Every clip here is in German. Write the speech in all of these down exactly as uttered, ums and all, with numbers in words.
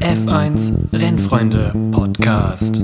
F eins Rennfreunde Podcast.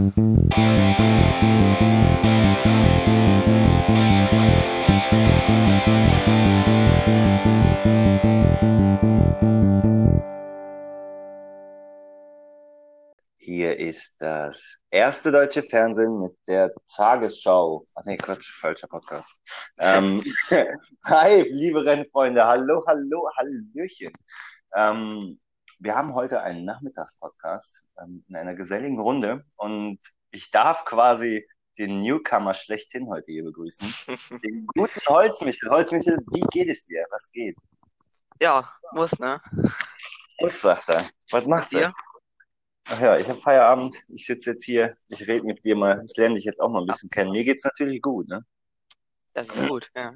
Hier ist das erste deutsche Fernsehen mit der Tagesschau. Ach nee, Quatsch, falscher Podcast. Ähm, hi, liebe Rennfreunde, hallo, hallo, hallöchen. Ähm, wir haben heute einen Nachmittagspodcast ähm, in einer geselligen Runde und ich darf quasi den Newcomer schlechthin heute hier begrüßen. Den guten Holzmichel. Holzmichel, wie geht es dir? Was geht? Ja, muss, ne? Was sagt er? Was Und machst du? dir? Ach ja, ich habe Feierabend. Ich sitze jetzt hier. Ich rede mit dir mal. Ich lerne dich jetzt auch mal ein Ja, bisschen kennen. Mir geht's natürlich gut, ne? das ist gut, ja.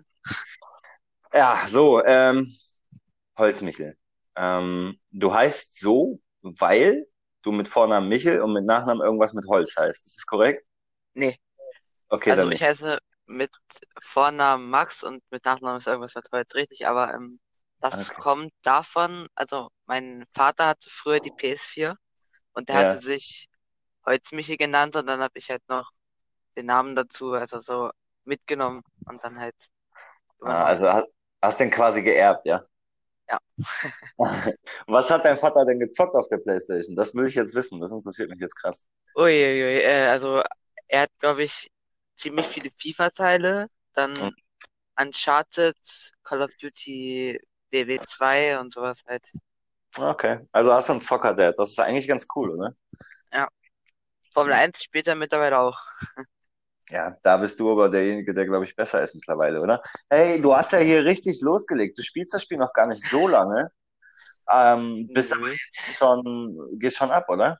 Ja, so, ähm, Holzmichel. Ähm, du heißt so, weil du mit Vornamen Michel und mit Nachnamen irgendwas mit Holz heißt. Ist das korrekt? Nee, Okay, dann also ich nicht. heiße mit Vornamen Max und mit Nachnamen ist irgendwas das war jetzt richtig, aber ähm, das Okay. kommt davon, also mein Vater hatte früher die P S vier und der hatte Ja. sich Holzmichel genannt und dann habe ich halt noch den Namen dazu, also so mitgenommen und dann halt Ah, übernommen. also hast, hast den quasi geerbt, ja? Ja. Was hat dein Vater denn gezockt auf der PlayStation? Das will ich jetzt wissen. Das interessiert mich jetzt krass. Uiuiui, äh, also er hat, glaube ich, ziemlich viele FIFA-Teile, Hm, dann Uncharted, Call of Duty W W zwei und sowas halt. Okay. Also hast du einen Zocker-Dad. Das ist eigentlich ganz cool, oder? Ja, Formel eins spielt er mittlerweile auch. Ja, da bist du aber derjenige, der, glaube ich, besser ist mittlerweile, oder? Hey, du hast ja hier richtig losgelegt. Du spielst das Spiel noch gar nicht so lange. Ähm, bist aber Nö. jetzt schon, gehst schon ab, oder?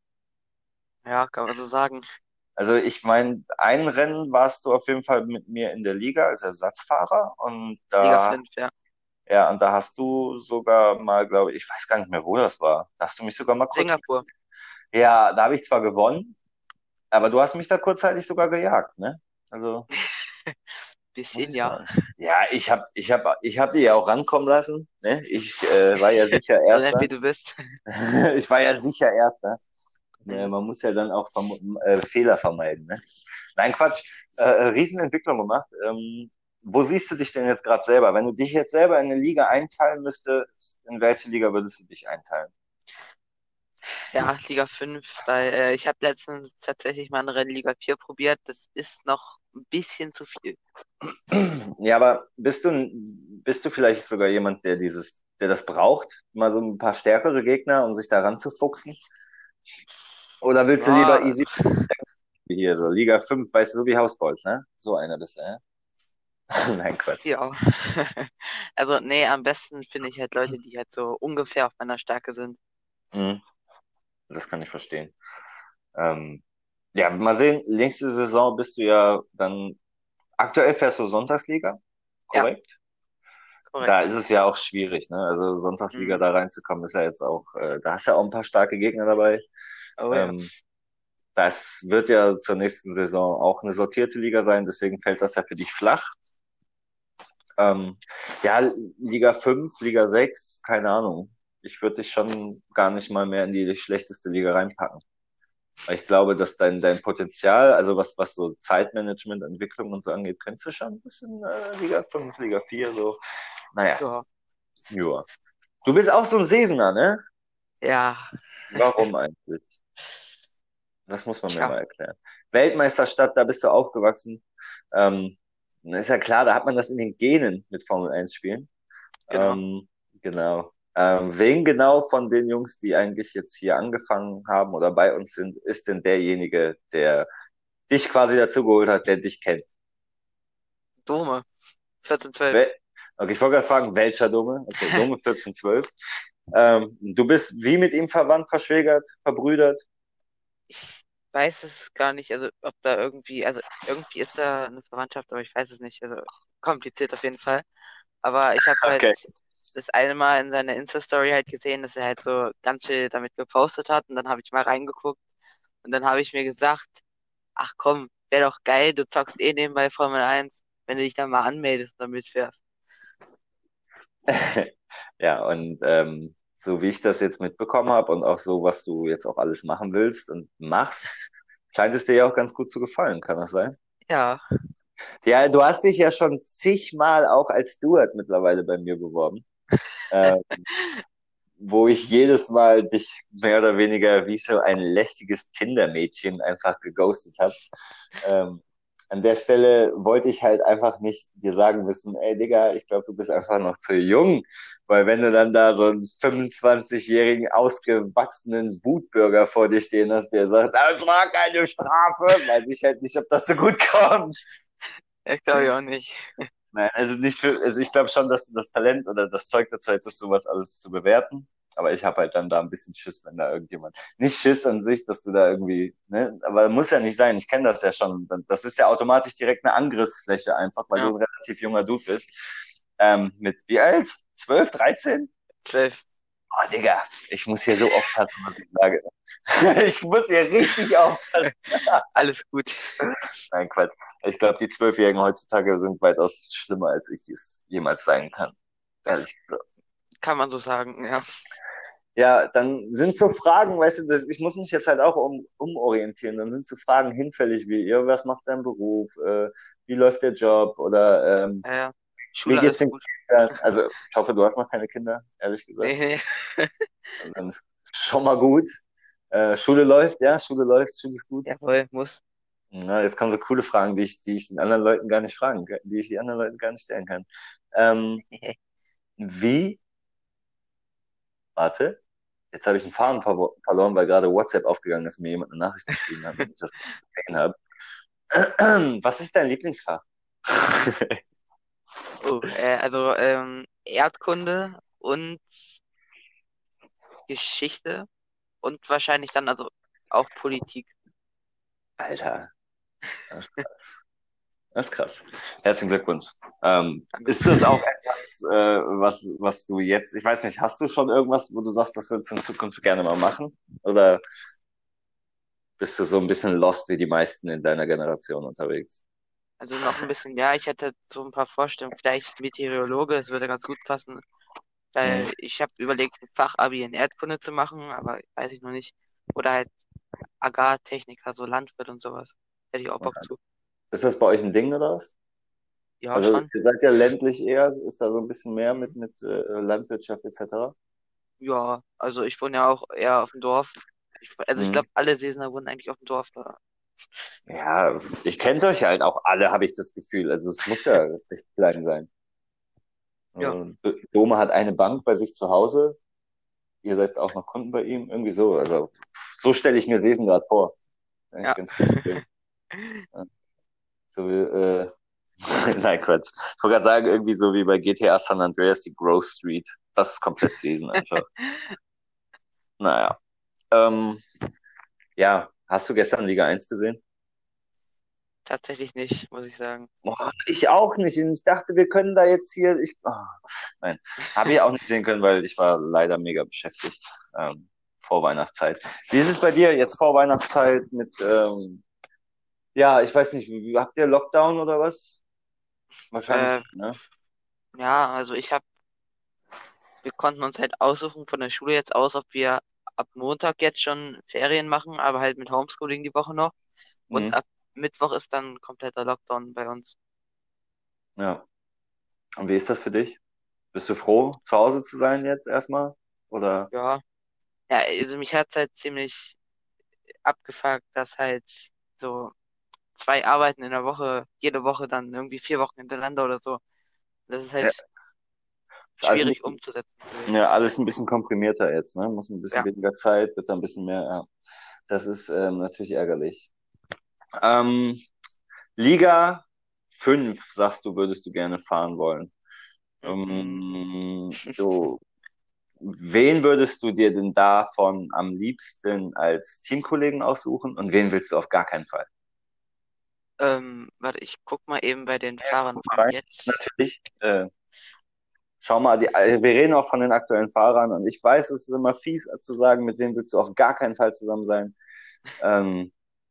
Ja, kann man so sagen. Also ich meine, ein Rennen warst du auf jeden Fall mit mir in der Liga als Ersatzfahrer und Liga da, fünf, ja. ja, und da hast du sogar mal, glaube ich, ich weiß gar nicht mehr, wo das war. Da hast du mich sogar mal kurz, Singapur. ja, da habe ich zwar gewonnen, aber du hast mich da kurzzeitig sogar gejagt, ne? Also muss Bisschen, ich ja. sagen. Ja, ich hab, ich hab, ich hab die ja auch rankommen lassen. Ne? Ich äh, war ja sicher So nett wie Erster. du bist. Ich war ja sicher Erster. Ne, Mhm. man muss ja dann auch verm äh, Fehler vermeiden. Ne? Nein, Quatsch. Äh, äh, Riesenentwicklung gemacht. Ähm, wo siehst du dich denn jetzt gerade selber? Wenn du dich jetzt selber in eine Liga einteilen müsstest, in welche Liga würdest du dich einteilen? Ja, Liga fünf, weil äh, ich habe letztens tatsächlich mal eine Rennliga vier probiert. Das ist noch ein bisschen zu viel. Ja, aber bist du, bist du vielleicht sogar jemand, der dieses, der das braucht, mal so ein paar stärkere Gegner, um sich da ranzufuchsen? Oder willst du lieber Ja, easy hier, so Liga fünf, weißt du, so wie Hausbolz, ne? So einer bist du, ne? Nein, Quatsch. ja. Also, nee, am besten finde ich halt Leute, die halt so ungefähr auf meiner Stärke sind. Mhm, das kann ich verstehen. Ähm, ja, mal sehen, nächste Saison bist du ja dann, aktuell fährst du Sonntagsliga, Ja, korrekt? Da ist korrekt. es ja auch schwierig, ne? Also Sonntagsliga Mhm. da reinzukommen, ist ja jetzt auch, äh, da hast du ja auch ein paar starke Gegner dabei. Oh ja. Ähm, das wird ja zur nächsten Saison auch eine sortierte Liga sein, deswegen fällt das ja für dich flach. Ähm, ja, Liga fünf, Liga sechs, keine Ahnung. Ich würde dich schon gar nicht mal mehr in die schlechteste Liga reinpacken. Weil ich glaube, dass dein, dein Potenzial, also was, was so Zeitmanagement, Entwicklung und so angeht, könntest du schon ein bisschen äh, Liga fünf, Liga vier so. Naja, Ja. ja. Du bist auch so ein Sesener, ne? Ja. Warum eigentlich? Das muss man mir Tja, mal erklären. Weltmeisterstadt, da bist du aufgewachsen. Ähm, ist ja klar, da hat man das in den Genen mit Formel eins Spielen. genau. Ähm, genau. Ähm, wen genau von den Jungs, die eigentlich jetzt hier angefangen haben oder bei uns sind, ist denn derjenige, der dich quasi dazu geholt hat, der dich kennt? Dome. vierzehn zwölf. Wel okay, ich wollte gerade fragen, welcher Dome? Okay, Dome vierzehn zwölf. Ähm, du bist wie mit ihm verwandt, verschwägert, verbrüdert? Ich weiß es gar nicht, also ob da irgendwie, also irgendwie ist da eine Verwandtschaft, aber ich weiß es nicht. Also kompliziert auf jeden Fall. Aber ich habe halt Okay. das eine Mal in seiner Insta-Story halt gesehen, dass er halt so ganz viel damit gepostet hat und dann habe ich mal reingeguckt und dann habe ich mir gesagt, ach komm, wäre doch geil, du zockst eh nebenbei Formel eins, wenn du dich da mal anmeldest und damit fährst. Ja, und ähm, so wie ich das jetzt mitbekommen habe und auch so, was du jetzt auch alles machen willst und machst, scheint es dir ja auch ganz gut zu gefallen, kann das sein? Ja, Ja, du hast dich ja schon zigmal auch als Steward mittlerweile bei mir beworben, äh, wo ich jedes Mal dich mehr oder weniger wie so ein lästiges Tinder-Mädchen einfach geghostet habe. Ähm, an der Stelle wollte ich halt einfach nicht dir sagen müssen, ey Digga, ich glaube, du bist einfach noch zu jung, weil wenn du dann da so einen fünfundzwanzigjährigen ausgewachsenen Wutbürger vor dir stehen hast, der sagt, das war keine Strafe, weiß ich halt nicht, ob das so gut kommt. ich glaube ich auch nicht. Nein, also nicht für, also ich glaube schon, dass du das Talent oder das Zeug dazu hättest, sowas alles zu bewerten. Aber ich habe halt dann da ein bisschen Schiss, wenn da irgendjemand. Nicht Schiss an sich, dass du da irgendwie, ne, aber muss ja nicht sein. Ich kenne das ja schon. Das ist ja automatisch direkt eine Angriffsfläche einfach, weil du Ja, ein relativ junger Dude bist. Ähm, mit wie alt? Zwölf, dreizehn? zwölf. Oh, Digga, ich muss hier so aufpassen, was ich sage. Ich muss hier richtig aufpassen. Alles gut. Nein, Quatsch. Ich glaube, die Zwölfjährigen heutzutage sind weitaus schlimmer, als ich es jemals sein kann. Das Ehrlich gesagt. kann man so sagen, ja. Ja, dann sind so Fragen, weißt du, das, ich muss mich jetzt halt auch um, umorientieren. Dann sind so Fragen hinfällig wie, ja, was macht dein Beruf? Äh, wie läuft der Job? Oder ähm, Ja, ja. wie Schule, geht's alles den gut. Kindern? Also, ich hoffe, du hast noch keine Kinder, ehrlich gesagt. Nee, nee. Dann ist schon mal gut. Äh, Schule läuft, ja, Schule läuft, Schule ist gut. Jawohl, muss. Na, jetzt kommen so coole Fragen, die ich, die ich den anderen Leuten gar nicht fragen, kann- die ich die anderen Leuten gar nicht stellen kann. Ähm, wie, warte, jetzt habe ich einen Faden verwo- verloren, weil gerade WhatsApp aufgegangen ist und mir jemand eine Nachricht geschrieben hat und ich das gesehen habe. Was ist dein Lieblingsfach? Oh, äh, also ähm, Erdkunde und Geschichte und wahrscheinlich dann also auch Politik. Alter, das ist krass. Das ist krass. Herzlichen Glückwunsch. Ähm, Danke. ist das auch etwas, äh, was, was du jetzt, ich weiß nicht, hast du schon irgendwas, wo du sagst, das würdest du in Zukunft gerne mal machen? Oder bist du so ein bisschen lost wie die meisten in deiner Generation unterwegs? Also noch ein bisschen, ja, ich hätte so ein paar Vorstellungen, vielleicht Meteorologe, es würde ganz gut passen, Hm, weil ich habe überlegt, ein Fachabi in Erdkunde zu machen, aber weiß ich noch nicht. Oder halt Agrartechniker, so Landwirt und sowas. Hätte ich auch Bock zu. ist das bei euch ein Ding oder was? Ja, Also schon. ihr seid ja ländlich eher, ist da so ein bisschen mehr Mhm. mit, mit äh, Landwirtschaft et cetera. Ja, also ich wohne ja auch eher auf dem Dorf. Ich, also ich Hm. glaube, alle Sesener wohnen eigentlich auf dem Dorf da. Ja, ich kenne euch halt auch alle, habe ich das Gefühl. Also es muss ja recht klein sein. Ja. Und Dome hat eine Bank bei sich zu Hause. Ihr seid auch noch Kunden bei ihm. Irgendwie so. Also so stelle ich mir Sesen gerade vor. Eigentlich Ja. ganz ganz cool. Ja. So wie, äh, nein, Quatsch. Ich wollte gerade sagen, irgendwie so wie bei G T A San Andreas, die Grove Street. Das ist komplett Sesen einfach. Naja. Ähm, ja, hast du gestern Liga eins gesehen? Tatsächlich nicht, muss ich sagen. Boah, ich auch nicht. Und ich dachte, wir können da jetzt hier. Ich, oh, nein, habe ich auch nicht sehen können, weil ich war leider mega beschäftigt ähm, vor Weihnachtszeit. Wie ist es bei dir jetzt vor Weihnachtszeit mit, ähm, ja, ich weiß nicht, wie, habt ihr Lockdown oder was? Wahrscheinlich Äh, nicht, ne? ja, also ich habe, wir konnten uns halt aussuchen von der Schule jetzt aus, ob wir ab Montag jetzt schon Ferien machen, aber halt mit Homeschooling die Woche noch. Und Mhm. ab Mittwoch ist dann kompletter Lockdown bei uns. Ja. Und wie ist das für dich? Bist du froh, zu Hause zu sein jetzt erstmal? Oder? Ja. Ja, also mich hat's halt ziemlich abgefuckt, dass halt so zwei Arbeiten in der Woche, jede Woche dann irgendwie vier Wochen hintereinander oder so. Das ist Ja, halt ist alles, ein schwierig bisschen- umzusetzen gewesen. ja, alles ein bisschen komprimierter jetzt, ne? Muss ein bisschen Ja, weniger Zeit, wird dann ein bisschen mehr, ja. Das ist ähm, natürlich ärgerlich. Ähm, Liga fünf, sagst du, würdest du gerne fahren wollen. mhm. Ähm, du, wen würdest du dir denn davon am liebsten als Teamkollegen aussuchen und wen willst du auf gar keinen Fall? Ähm, warte, ich guck mal eben bei den Fahrern Guck mal von rein, jetzt. natürlich. Äh, schau mal, die, äh, wir reden auch von den aktuellen Fahrern und ich weiß, es ist immer fies zu sagen, mit wem willst du auf gar keinen Fall zusammen sein. Ähm,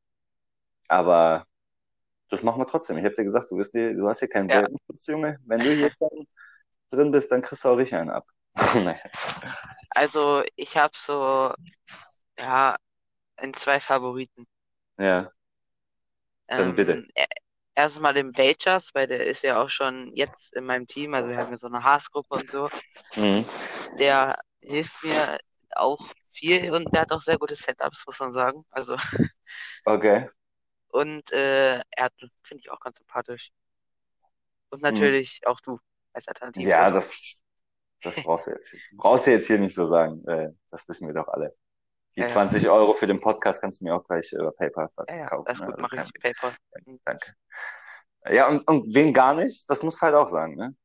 aber das machen wir trotzdem. Ich habe dir gesagt, du, wirst hier, du hast hier keinen Ja, Welpenschutz, Junge. Wenn du hier drin bist, dann kriegst du auch richtig einen ab. Nein. Also ich habe so, ja, in zwei Favoriten. Ja, dann bitte. Ähm, e- Erstens mal den Vagers, weil der ist ja auch schon jetzt in meinem Team, also wir haben ja so eine Haas-Gruppe und so. Mhm. Der hilft mir auch viel und der hat auch sehr gute Setups, muss man sagen. Also, Okay. und äh, er finde ich auch ganz sympathisch. Und Mhm. natürlich auch du als Ja, Alternativlos. das, das brauchst du jetzt. Brauchst du jetzt hier nicht so sagen. Äh, das wissen wir doch alle. Die Ja, ja, zwanzig Euro für den Podcast kannst du mir auch gleich über PayPal ja, ja, verkaufen. alles Ne? gut, Also mache kein ich Ding. PayPal. Hm. Danke. Ja, und, und wen gar nicht, das musst du halt auch sagen, ne?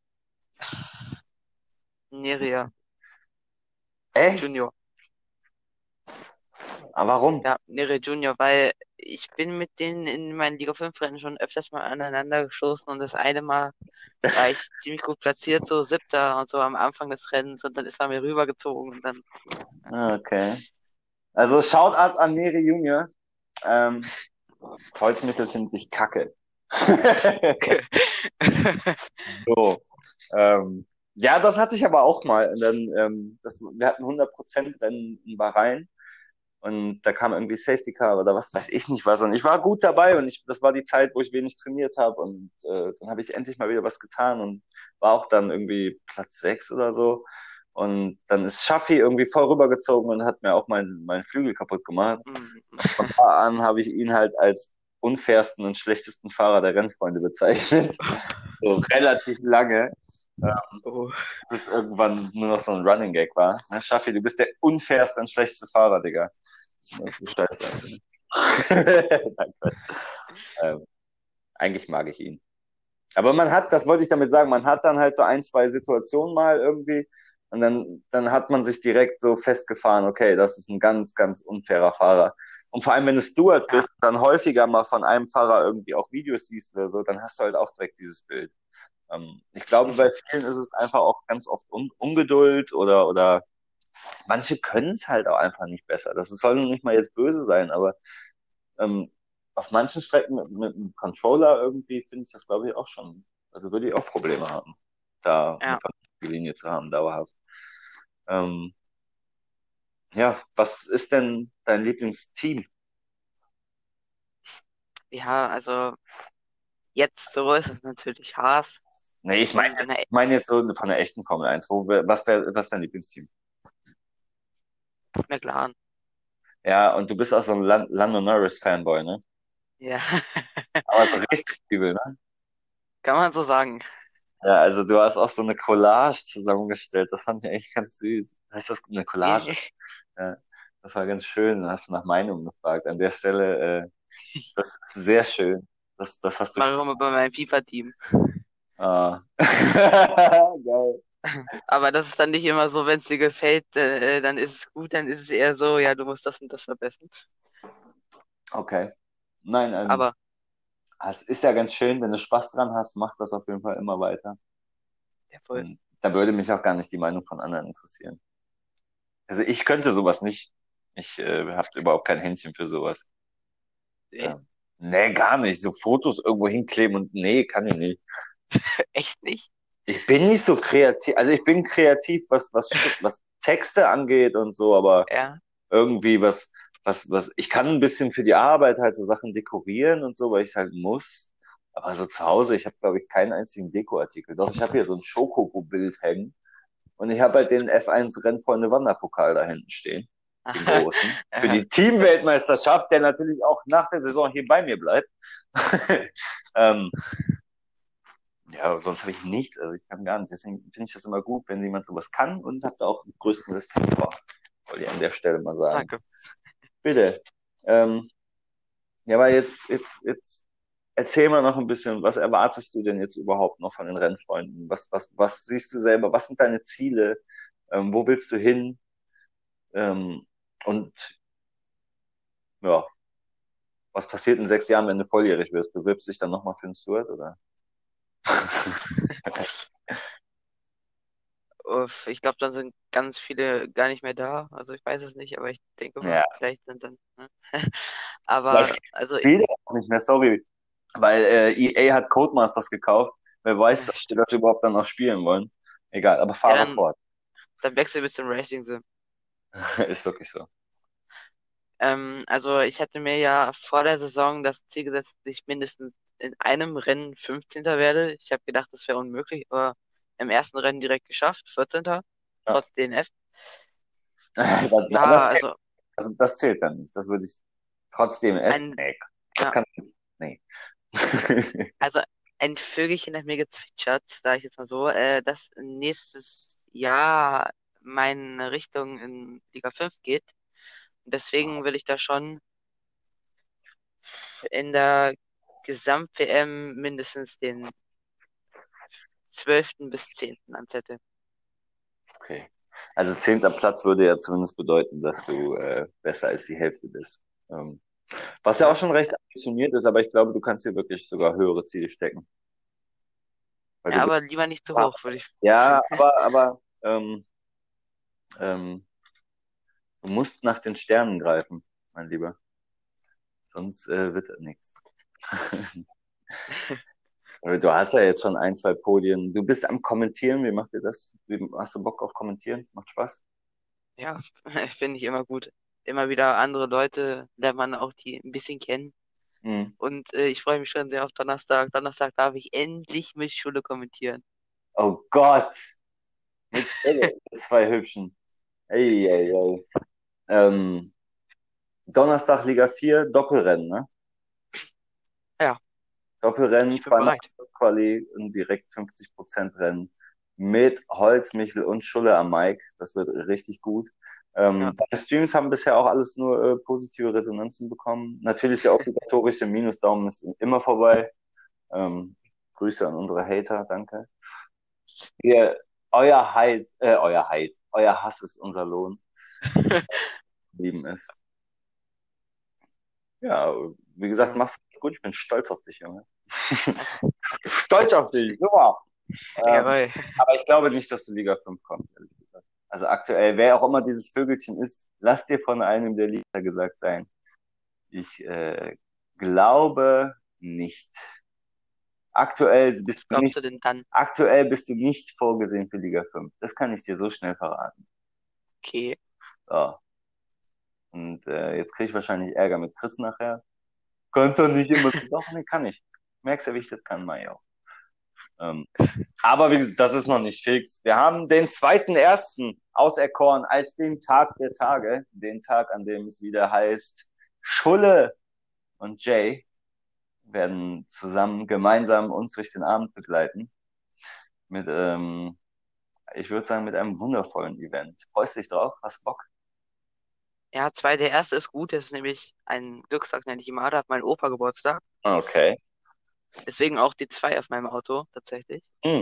Neria Echt? Junior. Aber warum? Ja, Neria Junior, weil ich bin mit denen in meinen Liga fünf Rennen schon öfters mal aneinander gestoßen und das eine Mal war ich ziemlich gut platziert, so siebter und so am Anfang des Rennens und dann ist er mir rübergezogen und dann, ja. Ah, okay. Also Shoutout an Neri Junior. Ähm, Holzmichel finde ich kacke. So. Ähm, ja, das hatte ich aber auch mal. Und dann, ähm, das, wir hatten hundert Prozent Rennen in Bahrain und da kam irgendwie Safety Car oder was weiß ich nicht was. Und ich war gut dabei und ich, das war die Zeit, wo ich wenig trainiert habe. Und äh, dann habe ich endlich mal wieder was getan und war auch dann irgendwie Platz sechs oder so. Und dann ist Schaffi irgendwie voll rübergezogen und hat mir auch meinen mein Flügel kaputt gemacht. Hm. Von da an habe ich ihn halt als unfairsten und schlechtesten Fahrer der Rennfreunde bezeichnet. So relativ lange, Oh. bis irgendwann nur noch so ein Running Gag war. Na, Schaffi, du bist der unfairste und schlechteste Fahrer, Digga. Das ist Bescheid weißt du. Nein, Quatsch. Ähm, eigentlich mag ich ihn. Aber man hat, das wollte ich damit sagen, man hat dann halt so ein, zwei Situationen mal irgendwie und dann, dann hat man sich direkt so festgefahren, okay, das ist ein ganz, ganz unfairer Fahrer. Und vor allem, wenn du Steward Ja, bist, dann häufiger mal von einem Fahrer irgendwie auch Videos siehst oder so, dann hast du halt auch direkt dieses Bild. Ähm, ich glaube, bei vielen ist es einfach auch ganz oft Un Ungeduld oder, oder manche können es halt auch einfach nicht besser. Das soll nicht mal jetzt böse sein, aber ähm, auf manchen Strecken mit, mit einem Controller irgendwie finde ich das, glaube ich, auch schon. Also würde ich auch Probleme haben, da eine ja. vernünftige Linie zu haben, dauerhaft. Ähm, ja, was ist denn dein Lieblingsteam? Ja, also jetzt so ist es natürlich Haas. Nee, ich meine Und in der, ich mein jetzt so von der echten Formel eins. Wo, wär- was wäre was ist dein Lieblingsteam? McLaren. Ja, und du bist auch so ein Lan Lando Norris-Fanboy, ne? Ja, Aber so richtig übel, ne? kann man so sagen. Ja, also du hast auch so eine Collage zusammengestellt. Das fand ich eigentlich ganz süß. Heißt das eine Collage? Ja, das war ganz schön. Da hast du nach Meinung gefragt. An der Stelle, äh, das ist sehr schön. Das, das hast du. Mache ich immer bei meinem FIFA-Team. Ah. Geil. Aber das ist dann nicht immer so, wenn es dir gefällt, äh, dann ist es gut, dann ist es eher so, ja, du musst das und das verbessern. Okay. Nein, ähm, Aber, es ist ja ganz schön, wenn du Spaß dran hast, mach das auf jeden Fall immer weiter. ja, voll. Und da würde mich auch gar nicht die Meinung von anderen interessieren. Also ich könnte sowas nicht. Ich äh, habe überhaupt kein Händchen für sowas. Nee, Ja. Nee, gar nicht. So Fotos irgendwo hinkleben und nee, kann ich nicht. echt nicht? Ich bin nicht so kreativ. Also ich bin kreativ, was, was, was Texte angeht und so, aber Ja. irgendwie was, was, was, ich kann ein bisschen für die Arbeit halt so Sachen dekorieren und so, weil ich halt muss. Aber so zu Hause, ich habe, glaube ich, keinen einzigen Dekoartikel. Doch, ich habe hier so ein Schokobo-Bild hängen und ich habe halt den F eins Rennfreunde Wanderpokal da hinten stehen, den großen. Für Aha. die Teamweltmeisterschaft, der natürlich auch nach der Saison hier bei mir bleibt. ähm, ja, sonst habe ich nichts, also ich kann gar nicht. Deswegen finde ich das immer gut, wenn jemand sowas kann und habe da auch den größten Respekt vor. Wollte ich an der Stelle mal sagen. Danke. Bitte. Ähm, ja, aber jetzt, jetzt, jetzt erzähl mal noch ein bisschen, was erwartest du denn jetzt überhaupt noch von den Rennfreunden? Was, was, was siehst du selber? Was sind deine Ziele? Ähm, wo willst du hin? Ähm, und ja, was passiert in sechs Jahren, wenn du volljährig wirst? Bewirbst dich dann nochmal für einen Steward, oder? Uff, ich glaube, dann sind ganz viele gar nicht mehr da. Also ich weiß es nicht, aber ich denke mal, Ja, vielleicht sind dann. Ne? Aber, vielleicht also, will der auch nicht mehr, sorry. Weil äh, E A hat Codemasters gekauft. Wer weiß, äh, ob wir stimmt. das überhaupt dann noch spielen wollen. Egal, aber Ja, fahre dann, fort. dann wechsel bis zum Racing Sim. Ist wirklich so. Ähm, also ich hatte mir ja vor der Saison das Ziel gesetzt, dass ich mindestens in einem Rennen fünfzehnter werde. Ich habe gedacht, das wäre unmöglich, aber im ersten Rennen direkt geschafft, vierzehnter, Ja. trotz D N F. Das Ja, zählt, also also das zählt dann nicht. Das würde ich trotzdem essen. ein, Nee, das ja, kann. Nee. also ein Vögelchen hat mir gezwitschert, sage ich jetzt mal so, äh, dass nächstes Jahr meine Richtung in Liga fünf geht. Und deswegen will ich da schon in der Gesamt-W M mindestens den zwölften bis zehnten anzetteln. Okay. Also zehnter Platz würde ja zumindest bedeuten, dass du äh, besser als die Hälfte bist. Ähm, was ja auch Ja, schon recht ambitioniert ist, aber ich glaube, du kannst dir wirklich sogar höhere Ziele stecken. Weil ja, du aber lieber nicht zu hoch, würde ich. ja, aber, aber ähm, ähm, du musst nach den Sternen greifen, mein Lieber. Sonst äh, wird das nichts. Du hast ja jetzt schon ein, zwei Podien. Du bist am Kommentieren. Wie macht dir das? Wie, hast du Bock auf Kommentieren? Macht Spaß? Ja, finde ich immer gut. Immer wieder andere Leute lernt man auch, die ein bisschen kennen. Hm. Und äh, ich freue mich schon sehr auf Donnerstag. Donnerstag darf ich endlich mit Schule kommentieren. Oh Gott! Mit Stelle, mit zwei Hübschen. Ey, ey, ey. Ähm, Donnerstag Liga vier, Doppelrennen, ne? Ja, Doppelrennen, ich bin zweimal bereit. Quali und direkt fünfzig Prozent Rennen. Mit Holz, Michel und Schulle am Mic. Das wird richtig gut. Ja, Ähm, deine Streams haben bisher auch alles nur äh, positive Resonanzen bekommen. Natürlich der obligatorische Minusdaumen ist immer vorbei. Ähm, Grüße an unsere Hater, danke. Ihr, euer Heid, äh, euer Heid, euer Hass ist unser Lohn. Lieben es. Ja, wie gesagt, ja, mach's gut. Ich bin stolz auf dich, Junge. danke, danke. Stolz auf dich, super. Ähm, Jawohl. aber ich glaube nicht, dass du Liga fünf kommst, ehrlich gesagt. Also aktuell, wer auch immer dieses Vögelchen ist, lass dir von einem der Liga gesagt sein. Ich äh, glaube nicht. Aktuell Was bist du glaubst nicht, du denn dann? aktuell bist du nicht vorgesehen für Liga fünf. Das kann ich dir so schnell verraten. Okay, So. Und äh, jetzt kriege ich wahrscheinlich Ärger mit Chris nachher. Konnte nicht immer. Doch, nee, kann ich. Merkst du, wie ich das kann, Mario. Ähm, aber wie gesagt, das ist noch nicht fix. Wir haben den zweiten ersten auserkoren als den Tag der Tage. Den Tag, an dem es wieder heißt, Schulle und Jay werden zusammen gemeinsam uns durch den Abend begleiten. Mit, ähm, ich würde sagen, mit einem wundervollen Event. Freust du dich drauf? Hast du Bock? ja, zwei, der erste ist gut. Das ist nämlich ein Glückstag, nenne ich immer. Da hat mein Opa Geburtstag. Okay. Deswegen auch die zwei auf meinem Auto, tatsächlich. Hm.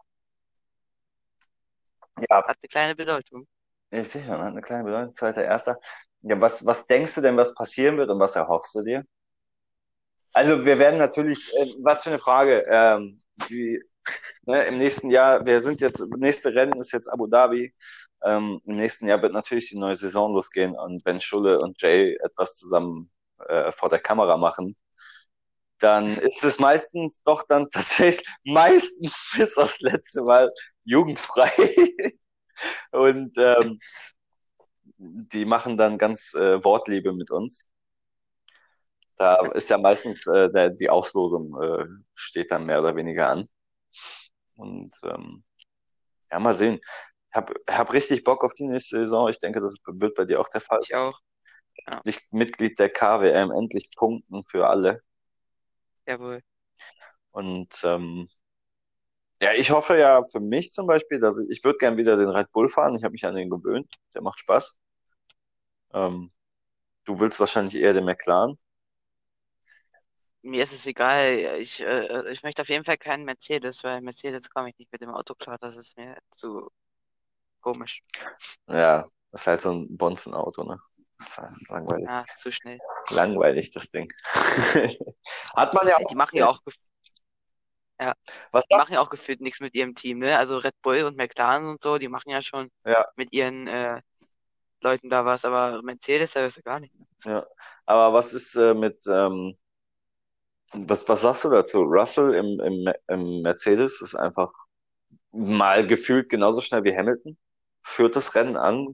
Ja, Hat eine kleine Bedeutung. ja, sicher, hat eine kleine Bedeutung. Zweiter, erster. Ja, was, was denkst du denn, was passieren wird und was erhoffst du dir? Also wir werden natürlich, äh, was für eine Frage, ähm, die, ne, im nächsten Jahr, wir sind jetzt, nächste Rennen ist jetzt Abu Dhabi. Ähm, im nächsten Jahr wird natürlich die neue Saison losgehen und wenn Schulle und Jay etwas zusammen äh, vor der Kamera machen, dann ist es meistens doch dann tatsächlich, meistens bis aufs letzte Mal jugendfrei. Und ähm, die machen dann ganz äh, Wortliebe mit uns. Da ist ja meistens äh, der, die Auslosung äh, steht dann mehr oder weniger an. Und ähm, ja, mal sehen. Ich habe hab richtig Bock auf die nächste Saison. Ich denke, das wird bei dir auch der Fall. Ich auch. Ja, Dich Mitglied der K W M, endlich punkten für alle. jawohl. Und ähm, ja, ich hoffe ja für mich zum Beispiel, dass ich, ich würde gern wieder den Red Bull fahren. Ich habe mich an den gewöhnt. Der macht Spaß. Ähm, du willst wahrscheinlich eher den McLaren. Mir ist es egal. Ich, äh, ich möchte auf jeden Fall keinen Mercedes, weil Mercedes komme ich nicht mit dem Auto klar. Das ist mir zu komisch. Ja, das ist halt so ein Bonzenauto, ne? Das ist halt langweilig. Ja, zu schnell. Langweilig, das Ding. Hat man ja Die auch. machen ja auch, gef- ja, Was die da? machen ja auch gefühlt nichts mit ihrem Team, ne? Also Red Bull und McLaren und so, die machen ja schon Ja, mit ihren äh, Leuten da was, aber Mercedes, da ist ja gar nicht. ja. Aber was ist äh, mit, ähm, was, was sagst du dazu? Russell im, im, im Mercedes ist einfach mal gefühlt genauso schnell wie Hamilton, führt das Rennen an,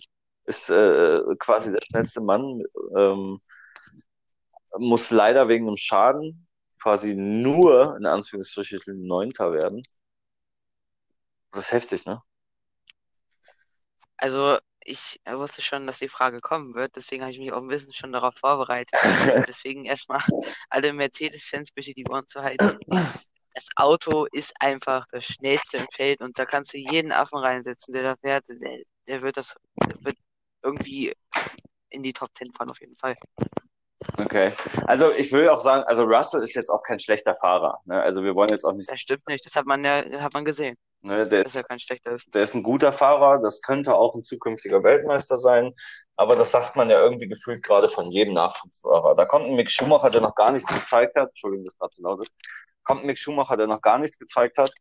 ist äh, quasi der schnellste Mann, ähm, muss leider wegen einem Schaden quasi nur, in Anführungsstrichen, Neunter werden. Das ist heftig, ne? Also, ich wusste schon, dass die Frage kommen wird, deswegen habe ich mich auch ein bisschen schon darauf vorbereitet. Also deswegen erstmal alle Mercedes-Fans bitte die Ohren zu halten. Das Auto ist einfach das schnellste im Feld und da kannst du jeden Affen reinsetzen, der da fährt. Der, der wird das wird irgendwie in die Top Ten fahren, auf jeden Fall. Okay. Also ich will auch sagen, also Russell ist jetzt auch kein schlechter Fahrer. Ne? Also wir wollen jetzt auch nicht, Das stimmt nicht, das hat man ja, hat man gesehen, ne, der, dass er kein schlechter ist. der ist ein guter Fahrer, das könnte auch ein zukünftiger Weltmeister sein, aber das sagt man ja irgendwie gefühlt gerade von jedem Nachwuchsfahrer. Da kommt ein Mick Schumacher, der noch gar nichts gezeigt hat, Entschuldigung, das gerade zu laut ist, kommt ein Mick Schumacher, der noch gar nichts gezeigt hat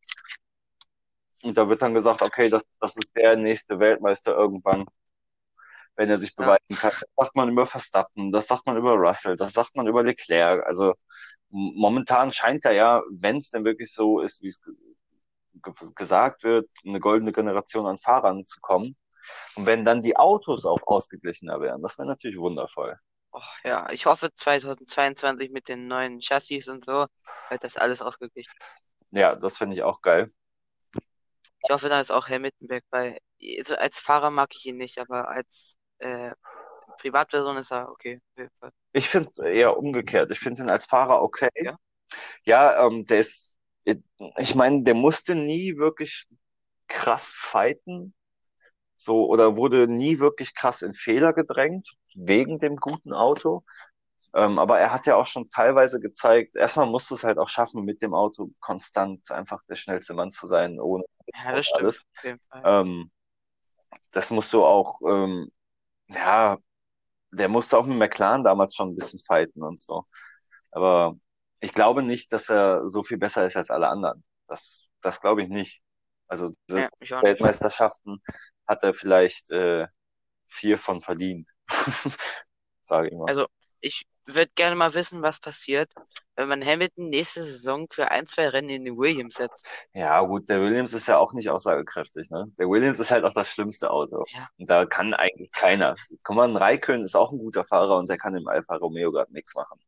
und da wird dann gesagt, okay, das, das ist der nächste Weltmeister irgendwann, wenn er sich Ja, beweisen kann. Das sagt man über Verstappen, das sagt man über Russell, das sagt man über Leclerc. Also m- momentan scheint er ja, wenn es denn wirklich so ist, wie es ge ge gesagt wird, eine goldene Generation an Fahrern zu kommen. Und wenn dann die Autos auch ausgeglichener wären, das wäre natürlich wundervoll. oh, ja, ich hoffe zweitausendzweiundzwanzig mit den neuen Chassis und so wird das alles ausgeglichen. Ja, das finde ich auch geil. Ich hoffe, da ist auch Hamilton weg, weil also als Fahrer mag ich ihn nicht, aber als äh, Privatperson ist er okay. Auf jeden Fall. Ich finde eher umgekehrt. Ich finde ihn als Fahrer okay. Ja, Ja, ähm, der ist, ich meine, der musste nie wirklich krass fighten. So, oder wurde nie wirklich krass in Fehler gedrängt, wegen dem guten Auto. Ähm, aber er hat ja auch schon teilweise gezeigt, erstmal musst du es halt auch schaffen, mit dem Auto konstant einfach der schnellste Mann zu sein, ohne ja, und das stimmt. alles. Auf jeden Fall. Ähm, das musst du auch, ähm, ja, der musste auch mit McLaren damals schon ein bisschen fighten und so. Aber ich glaube nicht, dass er so viel besser ist als alle anderen. Das, das glaube ich nicht. Also diese Ja, ich auch nicht. Weltmeisterschaften hat er vielleicht äh, vier von verdient, sage ich mal. Also, ich würde gerne mal wissen, was passiert, wenn man Hamilton nächste Saison für ein, zwei Rennen in den Williams setzt. Ja, gut, der Williams ist ja auch nicht aussagekräftig, ne? Der Williams ist halt auch das schlimmste Auto. Ja, Und da kann eigentlich keiner. Guck mal, ein Raikkonen ist auch ein guter Fahrer und der kann im Alfa Romeo gerade nichts machen.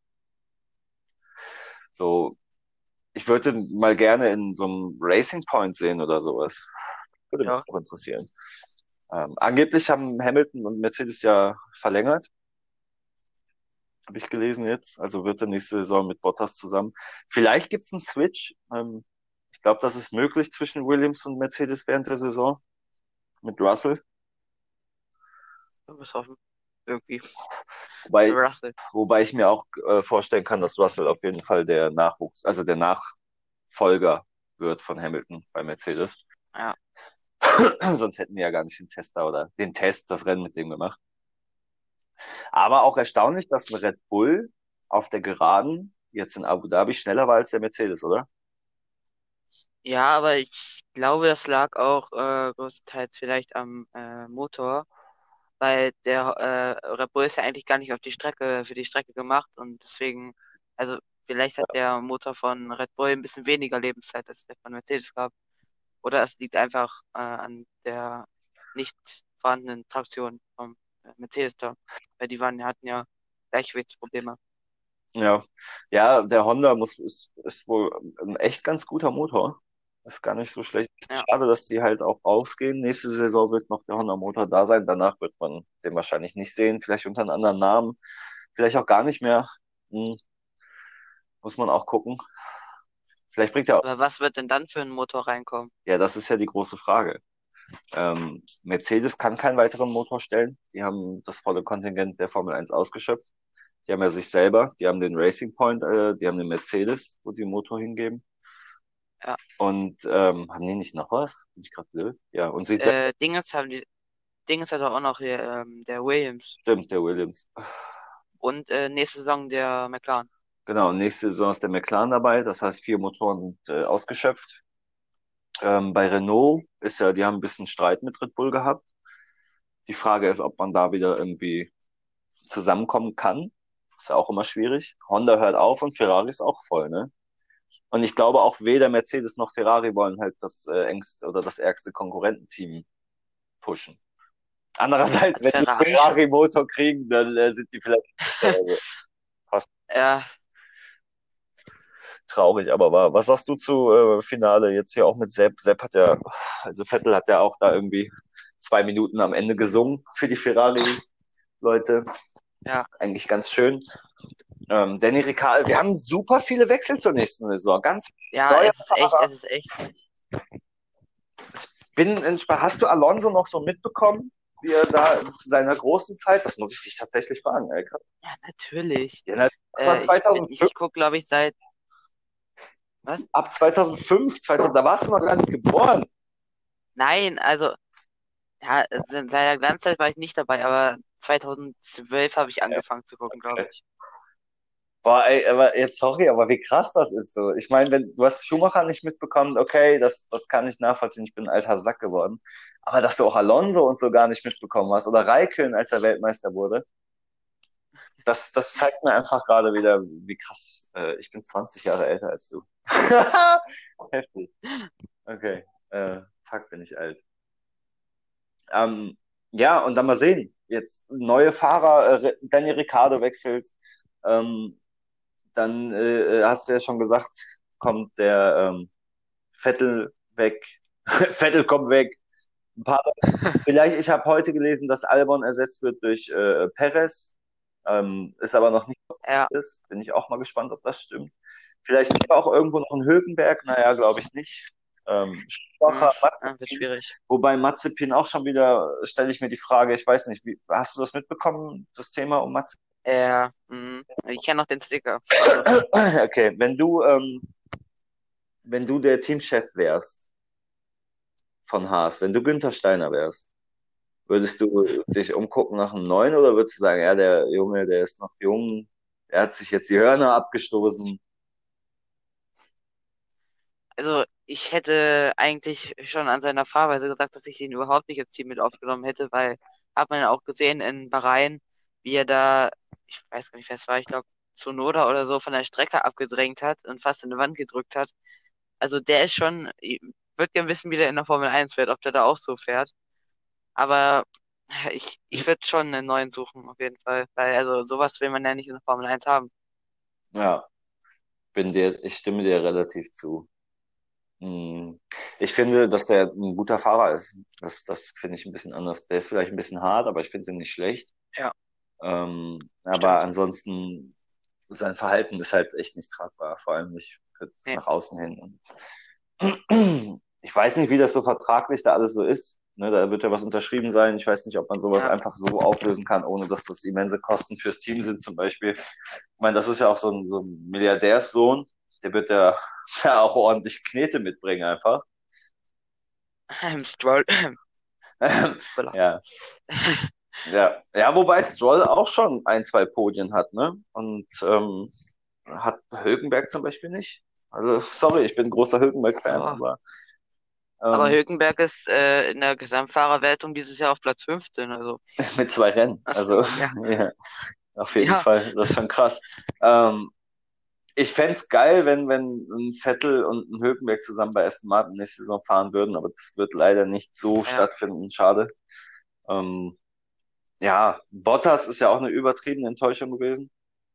So, ich würde mal gerne in so einem Racing Point sehen oder sowas. Würde mich ja. auch interessieren. Ähm, angeblich haben Hamilton und Mercedes ja verlängert, habe ich gelesen jetzt. Also wird er nächste Saison mit Bottas zusammen. Vielleicht gibt's einen Switch. Ähm, ich glaube, das ist möglich zwischen Williams und Mercedes während der Saison mit Russell. Du bist offen. Irgendwie. Für Wobei, Russell. wobei ich mir auch äh, vorstellen kann, dass Russell auf jeden Fall der Nachwuchs, also der Nachfolger wird von Hamilton bei Mercedes. Ja. Sonst hätten wir ja gar nicht den Tester oder den Test, das Rennen mit dem gemacht. Aber auch erstaunlich, dass ein Red Bull auf der Geraden jetzt in Abu Dhabi schneller war als der Mercedes, oder? Ja, aber ich glaube, das lag auch äh, größtenteils vielleicht am äh, Motor, weil der äh, Red Bull ist ja eigentlich gar nicht auf die Strecke, für die Strecke gemacht und deswegen, also vielleicht hat der Motor von Red Bull ein bisschen weniger Lebenszeit, als der von Mercedes gab. Oder es liegt einfach äh, an der nicht vorhandenen Traktion vom äh, Mercedes da, weil die waren, hatten ja Gleichgewichtsprobleme. Ja, ja, der Honda muss, ist, ist wohl ein echt ganz guter Motor. Ist gar nicht so schlecht. Ja, Schade, dass die halt auch rausgehen. Nächste Saison wird noch der Honda-Motor da sein. Danach wird man den wahrscheinlich nicht sehen. Vielleicht unter einem anderen Namen. Vielleicht auch gar nicht mehr. Hm, muss man auch gucken. Vielleicht bringt er auch. aber was wird denn dann für ein Motor reinkommen? Ja, das ist ja die große Frage. Ähm, Mercedes kann keinen weiteren Motor stellen. Die haben das volle Kontingent der Formel eins ausgeschöpft. Die haben ja sich selber, die haben den Racing Point, äh, die haben den Mercedes, wo sie den Motor hingeben. Ja, Und ähm, haben die nicht noch was? Bin ich gerade blöd? Ja, und sie selbst, äh, Dingens haben die, Dingens hat auch noch hier, ähm, der Williams stimmt, der Williams. und äh, nächste Saison der McLaren. Genau, nächste Saison ist der McLaren dabei, das heißt, vier Motoren sind äh, ausgeschöpft. Ähm, bei Renault ist ja, die haben ein bisschen Streit mit Red Bull gehabt. Die Frage ist, ob man da wieder irgendwie zusammenkommen kann. Ist ja auch immer schwierig. Honda hört auf und Ferrari ist auch voll, ne? Und ich glaube auch weder Mercedes noch Ferrari wollen halt das äh, engste oder das ärgste Konkurrententeam pushen. Andererseits, Hat wenn die Ferrari schon, Ferrari-Motor kriegen, dann äh, sind die vielleicht schneller. Also, fast ja, traurig, aber wahr. Was sagst du zu äh, Finale jetzt hier auch mit Sepp? Sepp hat ja, also Vettel hat ja auch da irgendwie zwei Minuten am Ende gesungen für die Ferrari-Leute. ja, Eigentlich ganz schön. Ähm, Danny Ricciardo, wir haben super viele Wechsel zur nächsten Saison. Ganz ja, neue es ist echt, es ist echt, bin entspannt. Hast du Alonso noch so mitbekommen, wie er da zu seiner großen Zeit? Das muss ich dich tatsächlich fragen, ey. ja, natürlich. Ja, das war Äh, ich bin, zweitausendfünf, ich gucke, glaube ich, seit, was? ab zweitausendfünf, zweitausend, da warst du noch gar nicht geboren. Nein, also, ja, in seiner Glanzzeit war ich nicht dabei, aber zweitausendzwölf habe ich angefangen zu gucken, glaube ich. Boah, ey, aber jetzt sorry, aber wie krass das ist so. Ich meine, wenn du hast Schumacher nicht mitbekommen, okay, das, das kann ich nachvollziehen, ich bin ein alter Sack geworden. Aber dass du auch Alonso und so gar nicht mitbekommen hast oder Raikkonen, als er Weltmeister wurde, das, das zeigt mir einfach gerade wieder, wie krass. Äh, ich bin zwanzig Jahre älter als du. Heftig. Okay. Äh, fuck, bin ich alt. Ähm, ja, und dann mal sehen. Jetzt neue Fahrer, äh, Daniel Ricciardo wechselt. Ähm, dann äh, hast du ja schon gesagt, kommt der ähm, Vettel weg. Vettel kommt weg. Ein paar, vielleicht, ich habe heute gelesen, dass Albon ersetzt wird durch äh, Perez. Ähm, ist aber noch nicht, ob Ja, das ist. Bin ich auch mal gespannt, ob das stimmt. Vielleicht ist auch irgendwo noch ein Hülkenberg. Naja, glaube ich nicht. Ähm, hm, Schumacher, ja, wird Mazepin. schwierig. Wobei Mazepin auch schon wieder, stelle ich mir die Frage, ich weiß nicht, wie, hast du das mitbekommen, das Thema um Mazepin? Ja, hm, ich kenne noch den Sticker. Also, Okay, wenn du, ähm, wenn du der Teamchef wärst von Haas, wenn du Günther Steiner wärst, würdest du dich umgucken nach einem neuen oder würdest du sagen, ja, der Junge, der ist noch jung, der hat sich jetzt die Hörner abgestoßen? also ich hätte eigentlich schon an seiner Fahrweise gesagt, dass ich ihn überhaupt nicht ins Team mit aufgenommen hätte, weil hat man ja auch gesehen in Bahrain, wie er da, ich weiß gar nicht, wer es war, ich glaube, Tsunoda oder so von der Strecke abgedrängt hat und fast in die Wand gedrückt hat. Also der ist schon, ich würde gerne wissen, wie der in der Formel eins fährt, ob der da auch so fährt. Aber ich, ich würde schon einen neuen suchen, auf jeden Fall. Weil, also sowas will man ja nicht in der Formel eins haben. Ja, bin dir, ich stimme dir relativ zu. Hm. Ich finde, dass der ein guter Fahrer ist. Das, das finde ich ein bisschen anders. Der ist vielleicht ein bisschen hart, aber ich finde ihn nicht schlecht. Ja, Ähm, aber stimmt. ansonsten, sein Verhalten ist halt echt nicht tragbar, vor allem nicht Nee, nach außen hin. Und ich weiß nicht, wie das so vertraglich da alles so ist. Ne, da wird ja was unterschrieben sein. Ich weiß nicht, ob man sowas ja. einfach so auflösen kann, ohne dass das immense Kosten fürs Team sind, zum Beispiel. Ich meine, das ist ja auch so ein, so ein Milliardärssohn. Der wird ja, ja auch ordentlich Knete mitbringen, einfach. Stroll. Hoppala. Ja, ja, ja, wobei Stroll auch schon ein, zwei Podien hat, ne? Und ähm, hat Hülkenberg zum Beispiel nicht. Also, sorry, ich bin großer Hülkenberg-Fan, Oh. aber Aber ähm, Hülkenberg ist äh, in der Gesamtfahrerwertung dieses Jahr auf Platz fünfzehn. Also, mit zwei Rennen. das, Also, ja, ja, auf jeden ja, Fall, das ist schon krass. Ähm, ich fänd's geil, wenn, wenn ein Vettel und ein Hülkenberg zusammen bei Aston Martin nächste Saison fahren würden, aber das wird leider nicht so ja, stattfinden. Schade. Ähm, ja, Bottas ist ja auch eine übertriebene Enttäuschung gewesen.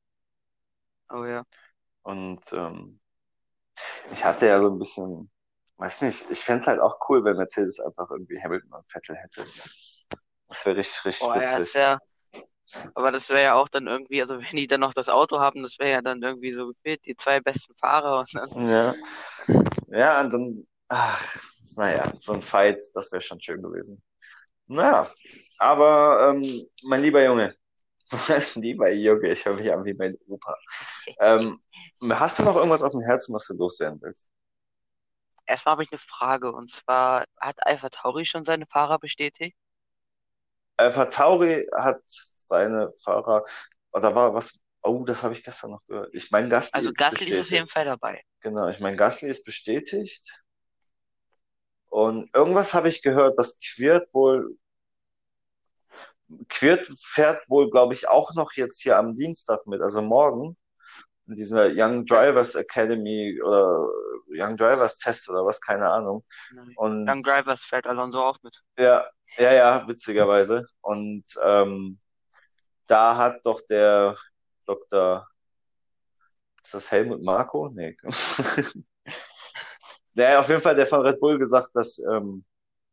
oh ja. Und ähm, ich hatte ja so ein bisschen, weiß nicht, ich fänd's halt auch cool, wenn Mercedes einfach irgendwie Hamilton und Vettel hätte. Das wäre richtig, Oh richtig ja, das witzig. wäre, aber das wäre ja auch dann irgendwie, also wenn die dann noch das Auto haben, das wäre ja dann irgendwie so gefühlt die zwei besten Fahrer und dann, Ja, ja, und dann, ach, naja, so ein Fight, das wäre schon schön gewesen. Naja, aber ähm, mein lieber Junge, mein lieber Junge, ich höre mich an wie mein Opa. Ähm, hast du noch irgendwas auf dem Herzen, was du loswerden willst? erstmal habe ich eine Frage und zwar, hat AlphaTauri schon seine Fahrer bestätigt? Alpha Tauri hat seine Fahrer, oder war was, oh, das habe ich gestern noch gehört. Ich meine, Gasly Also ist Gasly ist auf jeden bestätigt. Fall dabei. Genau, ich meine, Gasly ist bestätigt. Und irgendwas habe ich gehört, dass Quirt wohl, Quirt fährt wohl, glaube ich, auch noch jetzt hier am Dienstag mit, also morgen. in dieser Young Ja, Drivers Academy oder Young Drivers Test oder was, keine Ahnung. ne. Und Young Drivers fährt Alonso auch mit. ja, ja, ja, witzigerweise. Und ähm, da hat doch der Doktor, ist das Helmut Marko? Nee. Der auf jeden Fall der von Red Bull gesagt, dass, ähm,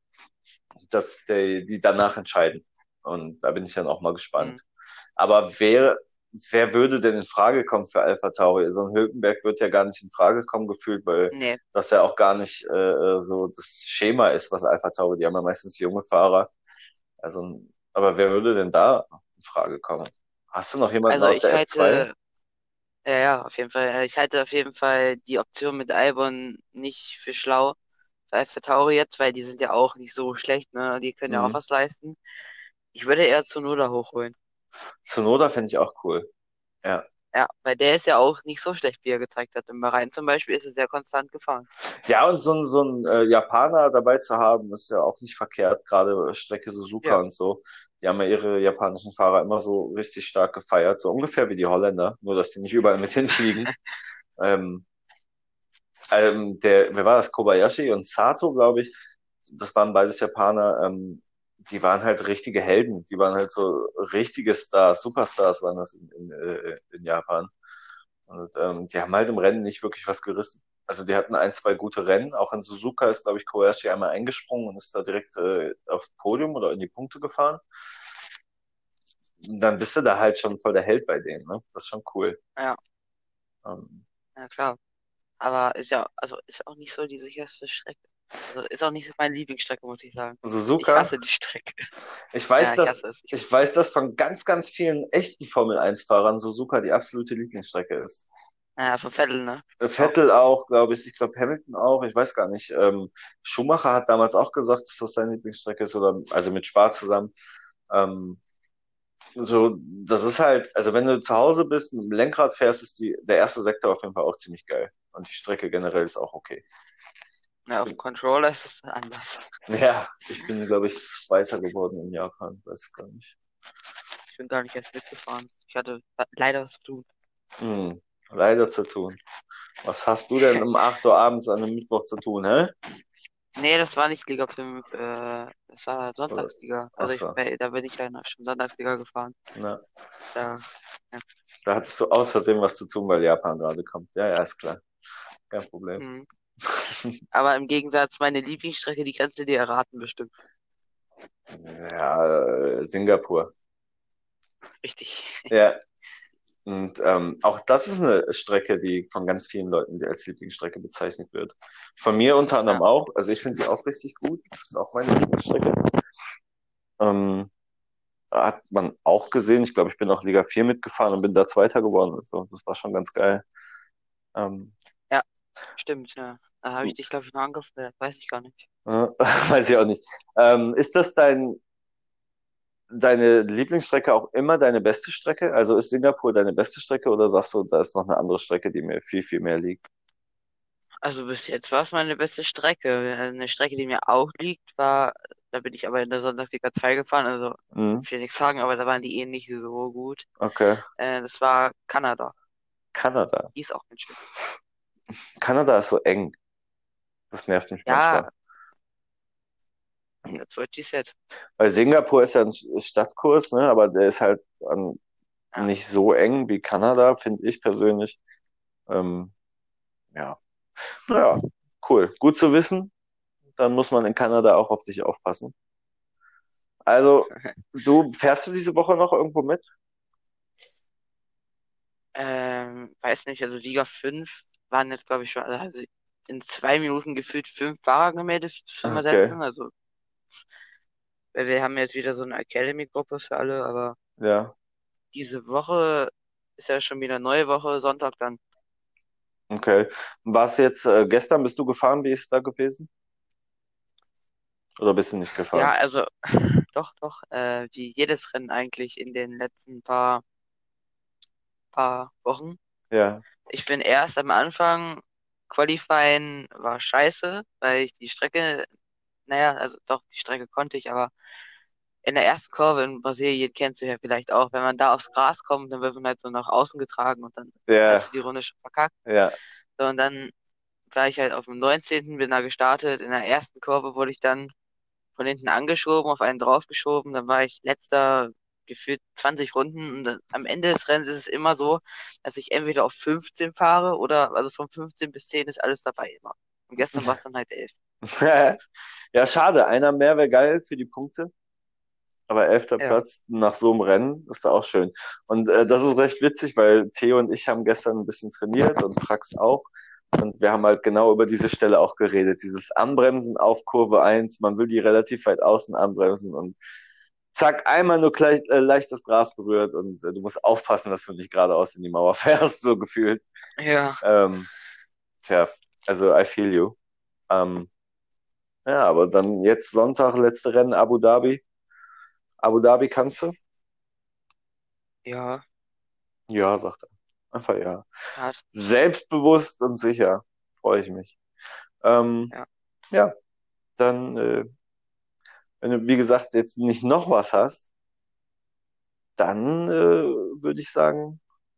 dass die, die danach entscheiden. Und da bin ich dann auch mal Hm. gespannt. Aber wer, wer würde denn in Frage kommen für Alpha Tauri? So ein Hülkenberg wird ja gar nicht in Frage kommen gefühlt, weil Nee, das ja auch gar nicht äh, so das Schema ist, was Alpha Tauri, die haben ja meistens junge Fahrer. Also, aber wer würde denn da in Frage kommen? Hast du noch jemanden also aus ich der F zwei? halte, ja, ja, auf jeden Fall, äh, ich halte auf jeden Fall die Option mit Albon nicht für schlau, für Alpha Tauri jetzt, weil die sind ja auch nicht so schlecht, ne? Die können ja auch Mhm. was leisten. Ich würde eher Tsunoda hochholen. Tsunoda finde ich auch cool. Ja. Ja, weil der ist ja auch nicht so schlecht, wie er gezeigt hat. Im Bahrain zum Beispiel ist er sehr konstant gefahren. Ja, und so ein, so ein äh, Japaner dabei zu haben, ist ja auch nicht verkehrt, gerade Strecke Suzuka Ja, und so. Die haben ja ihre japanischen Fahrer immer so richtig stark gefeiert, so ungefähr wie die Holländer, nur dass die nicht überall mit hinfliegen. Ähm, ähm, der, wer war das? Kobayashi und Sato, glaube ich. Das waren beides Japaner. Ähm, die waren halt richtige Helden. Die waren halt so richtige Stars, Superstars waren das in, in, äh, in Japan. Und ähm, die haben halt im Rennen nicht wirklich was gerissen. Also die hatten ein, zwei gute Rennen. Auch in Suzuka ist, glaube ich, Kobayashi einmal eingesprungen und ist da direkt äh, aufs Podium oder in die Punkte gefahren. Und dann bist du da halt schon voll der Held bei denen. Ne? Das ist schon cool. ja, Ähm, ja klar. Aber ist ja, also ist auch nicht so die sicherste Strecke. Also ist auch nicht so meine Lieblingsstrecke, muss ich sagen. Ich Suzuka, hasse die Strecke. ich weiß, Ja, ich dass hasse es. Ich, ich weiß, dass von ganz, ganz vielen echten Formel eins Fahrern Suzuka die absolute Lieblingsstrecke ist. naja, von Vettel, ne? Auch. Vettel auch, glaube ich. Ich glaube Hamilton auch. Ich weiß gar nicht. Ähm, Schumacher hat damals auch gesagt, dass das seine Lieblingsstrecke ist, oder also mit Spa zusammen. Ähm, so, das ist halt, also wenn du zu Hause bist, mit dem Lenkrad fährst, ist die, der erste Sektor auf jeden Fall auch ziemlich geil. Und die Strecke generell ist auch okay. Ja, auf dem Controller ist es anders. Ja, ich bin, glaube ich, Zweiter geworden in Japan. Weiß gar nicht. Ich bin gar nicht erst mitgefahren. Ich hatte leider was zu tun. Hm, leider zu tun. Was hast du denn um acht Uhr abends an einem Mittwoch zu tun, hä? Nee, das war nicht Liga fünf, äh, das war Oder, Sonntagsliga. Also ich, achso, bei- da bin ich ja schon Sonntagsliga gefahren. na, Da, ja. da hattest du aus Versehen was zu tun, weil Japan gerade kommt. Ja, ja, ist klar. Kein Problem. Mhm. Aber im Gegensatz, meine Lieblingsstrecke, die kannst du dir erraten, bestimmt. Ja, äh, Singapur. Richtig. Ja, und ähm, auch das ist eine Strecke, die von ganz vielen Leuten als Lieblingsstrecke bezeichnet wird. Von mir unter anderem Ja, auch. Also ich finde sie auch richtig gut. Das ist auch meine Lieblingsstrecke. Ähm, hat man auch gesehen. Ich glaube, ich bin auch Liga vier mitgefahren und bin da Zweiter geworden. Also das war schon ganz geil. Ähm, ja, stimmt, ja. Da habe ich dich, glaube ich, noch angefeuert. Weiß ich gar nicht. äh, weiß ich auch nicht. Ähm, ist das dein, deine Lieblingsstrecke auch immer deine beste Strecke? Also ist Singapur deine beste Strecke oder sagst du, da ist noch eine andere Strecke, die mir viel, viel mehr liegt? Also bis jetzt war es meine beste Strecke. Eine Strecke, die mir auch liegt, war, da bin ich aber in der Sonntagsliga zwei gefahren, also Mhm. ich will nichts sagen, aber da waren die eh nicht so gut. Okay. Äh, das war Kanada. Kanada. Die ist auch ganz schön. Kanada ist so eng. Das nervt mich Ja, manchmal. that's what she said. Weil Singapur ist ja ein Stadtkurs, ne? Aber der ist halt an, Ja. nicht so eng wie Kanada, finde ich persönlich. Ähm, ja. Naja, cool. Gut zu wissen. Dann muss man in Kanada auch auf dich aufpassen. Also, du fährst du diese Woche noch irgendwo mit? Ähm, weiß nicht, also Liga fünf waren jetzt, glaube ich, schon, also in zwei Minuten gefühlt fünf Fahrer gemeldet zum Okay, Ersetzen. Also, weil wir haben jetzt wieder so eine Academy-Gruppe für alle, aber ja, diese Woche ist ja schon wieder neue Woche, Sonntag dann. okay. Was jetzt, äh, gestern bist du gefahren? Wie ist es da gewesen? Oder bist du nicht Ja, gefahren? also, doch, doch, äh, wie jedes Rennen eigentlich in den letzten paar, paar Wochen. Ja, Ich bin erst am Anfang, Qualifying war scheiße, weil ich die Strecke, naja, also doch, die Strecke konnte ich, aber in der ersten Kurve in Brasilien, kennst du ja vielleicht auch, wenn man da aufs Gras kommt, dann wird man halt so nach außen getragen und dann Ja, hast du die Runde schon verkackt. ja. So, und dann war ich halt auf dem neunzehnten, bin da gestartet. In der ersten Kurve wurde ich dann von hinten angeschoben, auf einen draufgeschoben. Dann war ich letzter, gefühlt zwanzig Runden. Und dann, am Ende des Rennens ist es immer so, dass ich entweder auf fünfzehn fahre oder, also von fünfzehn bis zehn ist alles dabei immer. Und gestern war es dann halt elf. Ja, schade. Einer mehr wäre geil für die Punkte. Aber elfter Ja, Platz nach so einem Rennen ist da auch schön. Und äh, das ist recht witzig, weil Theo und ich haben gestern ein bisschen trainiert und Prax auch. Und wir haben halt genau über diese Stelle auch geredet. Dieses Anbremsen auf Kurve eins, man will die relativ weit außen anbremsen und zack, einmal nur gleich, äh, leicht das Gras berührt und äh, du musst aufpassen, dass du nicht geradeaus in die Mauer fährst, so gefühlt. ja, Ähm, tja, also I feel you. Ähm, ja, aber dann jetzt Sonntag, letzte Rennen, Abu Dhabi. Abu Dhabi kannst du? ja, Ja, sagt er. Einfach ja. hart, Selbstbewusst und sicher. Freue ich mich. Ähm, ja. ja, dann, äh, wenn du, wie gesagt, jetzt nicht noch was hast, dann äh, würde ich sagen,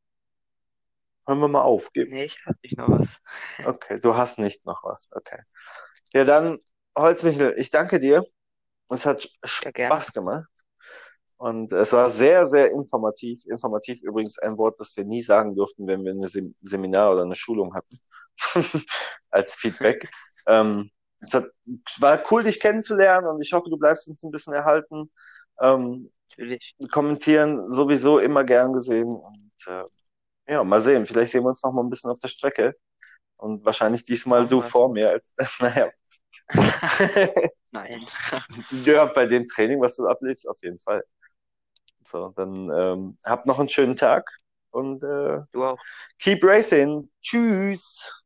hören wir mal auf. Gib- Nee, ich hab nicht noch was. Okay, du hast nicht noch was. Okay. Ja, dann, Holzmichel, ich danke dir. Es hat Ja, gerne. Spaß gemacht. Und es war sehr, sehr informativ. Informativ übrigens ein Wort, das wir nie sagen durften, wenn wir ein Sem Seminar oder eine Schulung hatten, als Feedback. Ähm, es hat, war cool, dich kennenzulernen und ich hoffe, du bleibst uns ein bisschen erhalten. Ähm, Natürlich. kommentieren sowieso immer gern gesehen. Und äh, ja, mal sehen. Vielleicht sehen wir uns noch mal ein bisschen auf der Strecke. Und wahrscheinlich diesmal Machen du wir's. vor mir als, naja. Nein. Ja, bei dem Training, was du abliefst, auf jeden Fall. So, dann ähm, habt noch einen schönen Tag und äh, Du auch. keep racing. Tschüss.